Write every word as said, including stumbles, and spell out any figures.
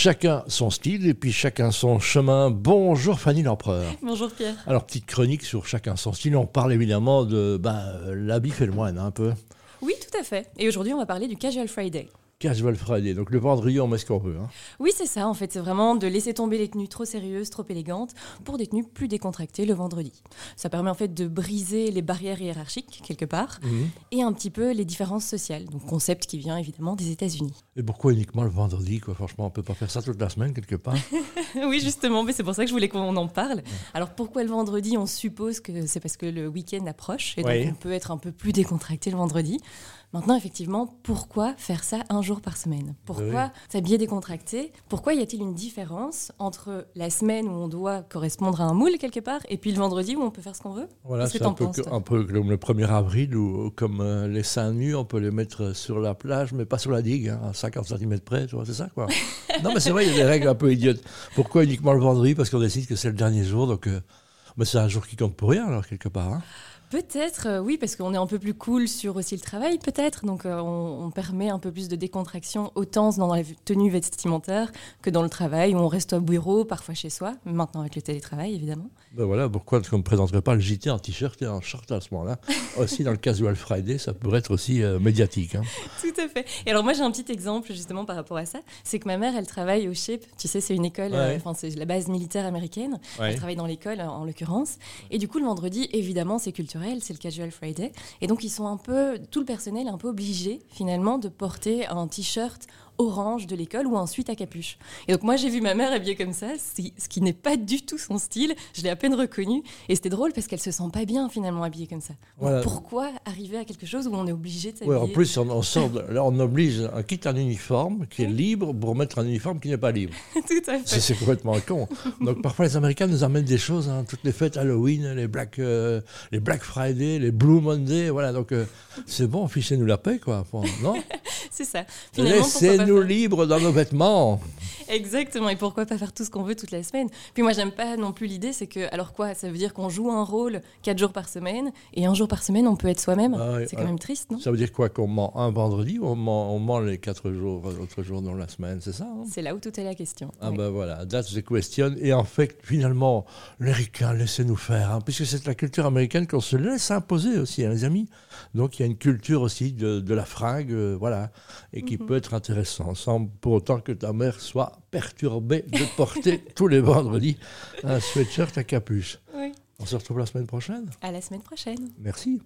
Chacun son style et puis chacun son chemin. Bonjour Fanny L'Empereur. Bonjour Pierre. Alors, petite chronique sur chacun son style. On parle évidemment de ben, l'habit fait le moine, hein, un peu. Oui, tout à fait. Et aujourd'hui, on va parler du Casual Friday. Casual Friday, donc le vendredi, on met ce qu'on veut. Hein. Oui, c'est ça. En fait, c'est vraiment de laisser tomber les tenues trop sérieuses, trop élégantes, pour des tenues plus décontractées le vendredi. Ça permet en fait de briser les barrières hiérarchiques, quelque part, mmh. et un petit peu les différences sociales. Donc, concept qui vient évidemment des États-Unis. Et pourquoi uniquement le vendredi, quoi? Franchement, on ne peut pas faire ça toute la semaine, quelque part. Oui, justement, mais c'est pour ça que je voulais qu'on en parle. Ouais. Alors, pourquoi le vendredi? On suppose que c'est parce que le week-end approche, et donc oui. on peut être un peu plus décontracté le vendredi. Maintenant, effectivement, pourquoi faire ça un jour par semaine? Pourquoi oui. s'habiller décontracté? Pourquoi y a-t-il une différence entre la semaine où on doit correspondre à un moule quelque part et puis le vendredi où on peut faire ce qu'on veut? Voilà, Qu'est-ce c'est que un peu, penses, un peu comme le premier avril ou comme euh, les seins nus, on peut les mettre sur la plage, mais pas sur la digue, hein, à cinquante centimètres près, tu vois, c'est ça quoi. Non, mais c'est vrai, il y a des règles un peu idiotes. Pourquoi uniquement le vendredi? Parce qu'on décide que c'est le dernier jour, donc euh, mais c'est un jour qui compte pour rien, alors, quelque part. Hein. Peut-être, euh, oui, parce qu'on est un peu plus cool sur aussi le travail, peut-être. Donc, euh, on, on permet un peu plus de décontraction, autant dans les tenues vestimentaires que dans le travail, où on reste au bureau, parfois chez soi, maintenant avec le télétravail, évidemment. Ben voilà, pourquoi est-ce qu'on ne présenterait pas le J T en t-shirt et en short à ce moment-là? Aussi, dans le Casual Friday, ça pourrait être aussi euh, médiatique. Hein. Tout à fait. Et alors, moi, j'ai un petit exemple, justement, par rapport à ça. C'est que ma mère, elle travaille au S H I P. Tu sais, c'est une école, ouais. enfin, euh, c'est la base militaire américaine. Ouais. Elle travaille dans l'école, en l'occurrence. Et du coup, le vendredi, évidemment, c'est culturel. C'est le Casual Friday. Et donc, ils sont un peu, tout le personnel est un peu obligé, finalement, de porter un t-shirt orange de l'école ou un sweat à capuche. Et donc, moi, j'ai vu ma mère habillée comme ça, ce qui n'est pas du tout son style. Je l'ai à peine reconnue. Et c'était drôle parce qu'elle se sent pas bien, finalement, habillée comme ça. Voilà. Pourquoi arriver à quelque chose où on est obligé de s'habiller? Ouais, en plus, on, on sort de, là, on oblige, on quitte un uniforme qui est libre pour mettre un uniforme qui n'est pas libre. Tout à fait. C'est, c'est complètement con. Donc, parfois, les Américains nous amènent des choses, hein, toutes les fêtes Halloween, les Black, euh, les Black Friday, les Blue Monday, voilà. Donc, euh, c'est bon, fichez-nous la paix, quoi. Bon, non? C'est ça. Finalement, laissez-nous faire... libres dans nos vêtements. Exactement. Et pourquoi pas faire tout ce qu'on veut toute la semaine? Puis moi, j'aime pas non plus l'idée, c'est que, alors quoi? Ça veut dire qu'on joue un rôle quatre jours par semaine, et un jour par semaine, on peut être soi-même. Ah, c'est quand ah, même triste, non? Ça veut dire quoi? Qu'on ment un vendredi ou on ment, on ment les quatre jours, autres jours dans la semaine, c'est ça? Hein? C'est là où tout est la question. Ah oui. ben voilà, that's the question. Et en fait, finalement, les ricains, laissez-nous faire, hein, puisque c'est la culture américaine qu'on se laisse imposer aussi, hein, les amis. Donc il y a une culture aussi de, de la fringue, euh, voilà, et qui mm-hmm. peut être intéressante, sans pour autant que ta mère soit perturbée de porter tous les vendredis un sweatshirt à capuche. Oui. On se retrouve la semaine prochaine. À la semaine prochaine. Merci.